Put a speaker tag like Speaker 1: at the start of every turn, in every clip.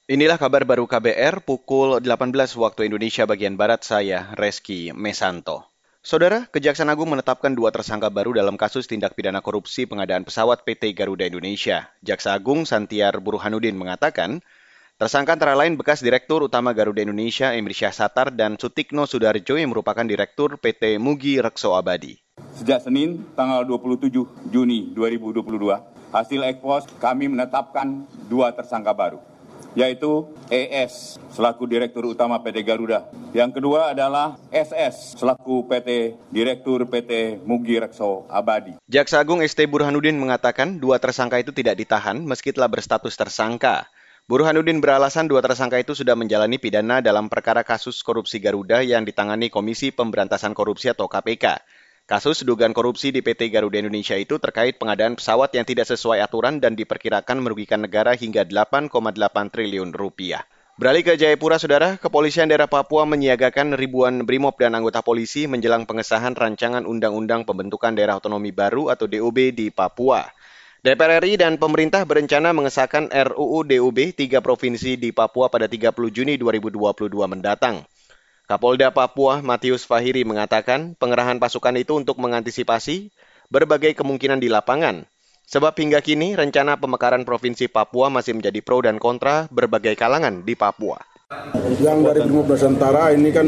Speaker 1: Inilah kabar baru KBR pukul 18 waktu Indonesia bagian Barat, saya Reski Mesanto. Saudara, Kejaksaan Agung menetapkan dua tersangka baru dalam kasus tindak pidana korupsi pengadaan pesawat PT Garuda Indonesia. Jaksa Agung Santiar Burhanuddin mengatakan, tersangka antara lain bekas Direktur Utama Garuda Indonesia Emir Syahsatar dan Sutikno Sudarjo yang merupakan Direktur PT Mugi Rekso Abadi.
Speaker 2: Sejak Senin tanggal 27 Juni 2022, hasil ekspos kami menetapkan dua tersangka baru, yaitu ES selaku Direktur Utama PT Garuda. Yang kedua adalah SS selaku Direktur PT Mugi Rekso Abadi.
Speaker 1: Jaksa Agung ST Burhanuddin mengatakan dua tersangka itu tidak ditahan meski telah berstatus tersangka. Burhanuddin beralasan dua tersangka itu sudah menjalani pidana dalam perkara kasus korupsi Garuda yang ditangani Komisi Pemberantasan Korupsi atau KPK. Kasus dugaan korupsi di PT Garuda Indonesia itu terkait pengadaan pesawat yang tidak sesuai aturan dan diperkirakan merugikan negara hingga 8,8 triliun rupiah. Beralih ke Jayapura, Saudara, Kepolisian Daerah Papua menyiagakan ribuan BRIMOB dan anggota polisi menjelang pengesahan rancangan Undang-Undang Pembentukan Daerah Otonomi Baru atau DOB di Papua. DPR RI dan pemerintah berencana mengesahkan RUU DOB 3 provinsi di Papua pada 30 Juni 2022 mendatang. Kapolda Papua Matius Fahiri mengatakan pengerahan pasukan itu untuk mengantisipasi berbagai kemungkinan di lapangan. Sebab hingga kini rencana pemekaran Provinsi Papua masih menjadi pro dan kontra berbagai kalangan di Papua.
Speaker 3: Yang dari Brimob Nusantara ini kan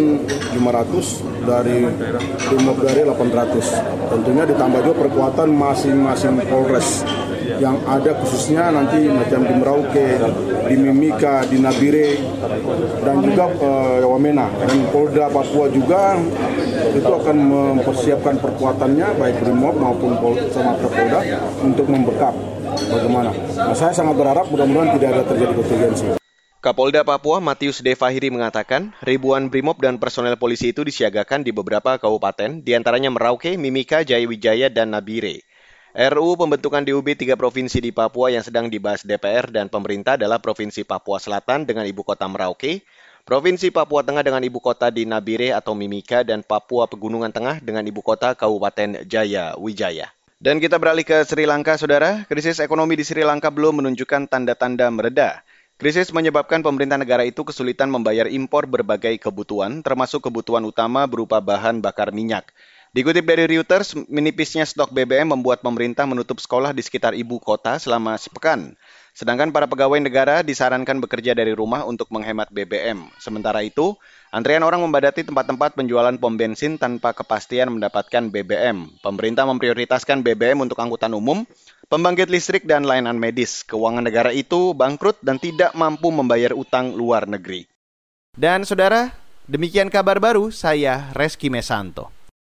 Speaker 3: 500, dari Brimob dari 800. Tentunya ditambah juga perkuatan masing-masing Polres yang ada khususnya nanti macam di Merauke, di Mimika, di Nabire, dan juga Wamena. Dan Polda Papua juga itu akan mempersiapkan perkuatannya baik Brimob maupun Polda untuk membekap bagaimana. Nah, saya sangat berharap mudah-mudahan tidak ada terjadi kontingensi.
Speaker 1: Kapolda Papua Matius D. Fahiri mengatakan ribuan BRIMOB dan personel polisi itu disiagakan di beberapa kabupaten, diantaranya Merauke, Mimika, Jayawijaya, dan Nabire. RUU pembentukan DOB 3 provinsi di Papua yang sedang dibahas DPR dan pemerintah adalah Provinsi Papua Selatan dengan ibu kota Merauke, Provinsi Papua Tengah dengan ibu kota di Nabire atau Mimika, dan Papua Pegunungan Tengah dengan ibu kota Kabupaten Jayawijaya. Dan kita beralih ke Sri Lanka, Saudara. Krisis ekonomi di Sri Lanka belum menunjukkan tanda-tanda mereda. Krisis menyebabkan pemerintah negara itu kesulitan membayar impor berbagai kebutuhan, termasuk kebutuhan utama berupa bahan bakar minyak. Dikutip dari Reuters, menipisnya stok BBM membuat pemerintah menutup sekolah di sekitar ibu kota selama sepekan. Sedangkan para pegawai negara disarankan bekerja dari rumah untuk menghemat BBM. Sementara itu, antrean orang membadati tempat-tempat penjualan pom bensin tanpa kepastian mendapatkan BBM. Pemerintah memprioritaskan BBM untuk angkutan umum, pembangkit listrik, dan layanan medis. Keuangan negara itu bangkrut dan tidak mampu membayar utang luar negeri. Dan saudara, demikian kabar baru saya Reski Mesanto.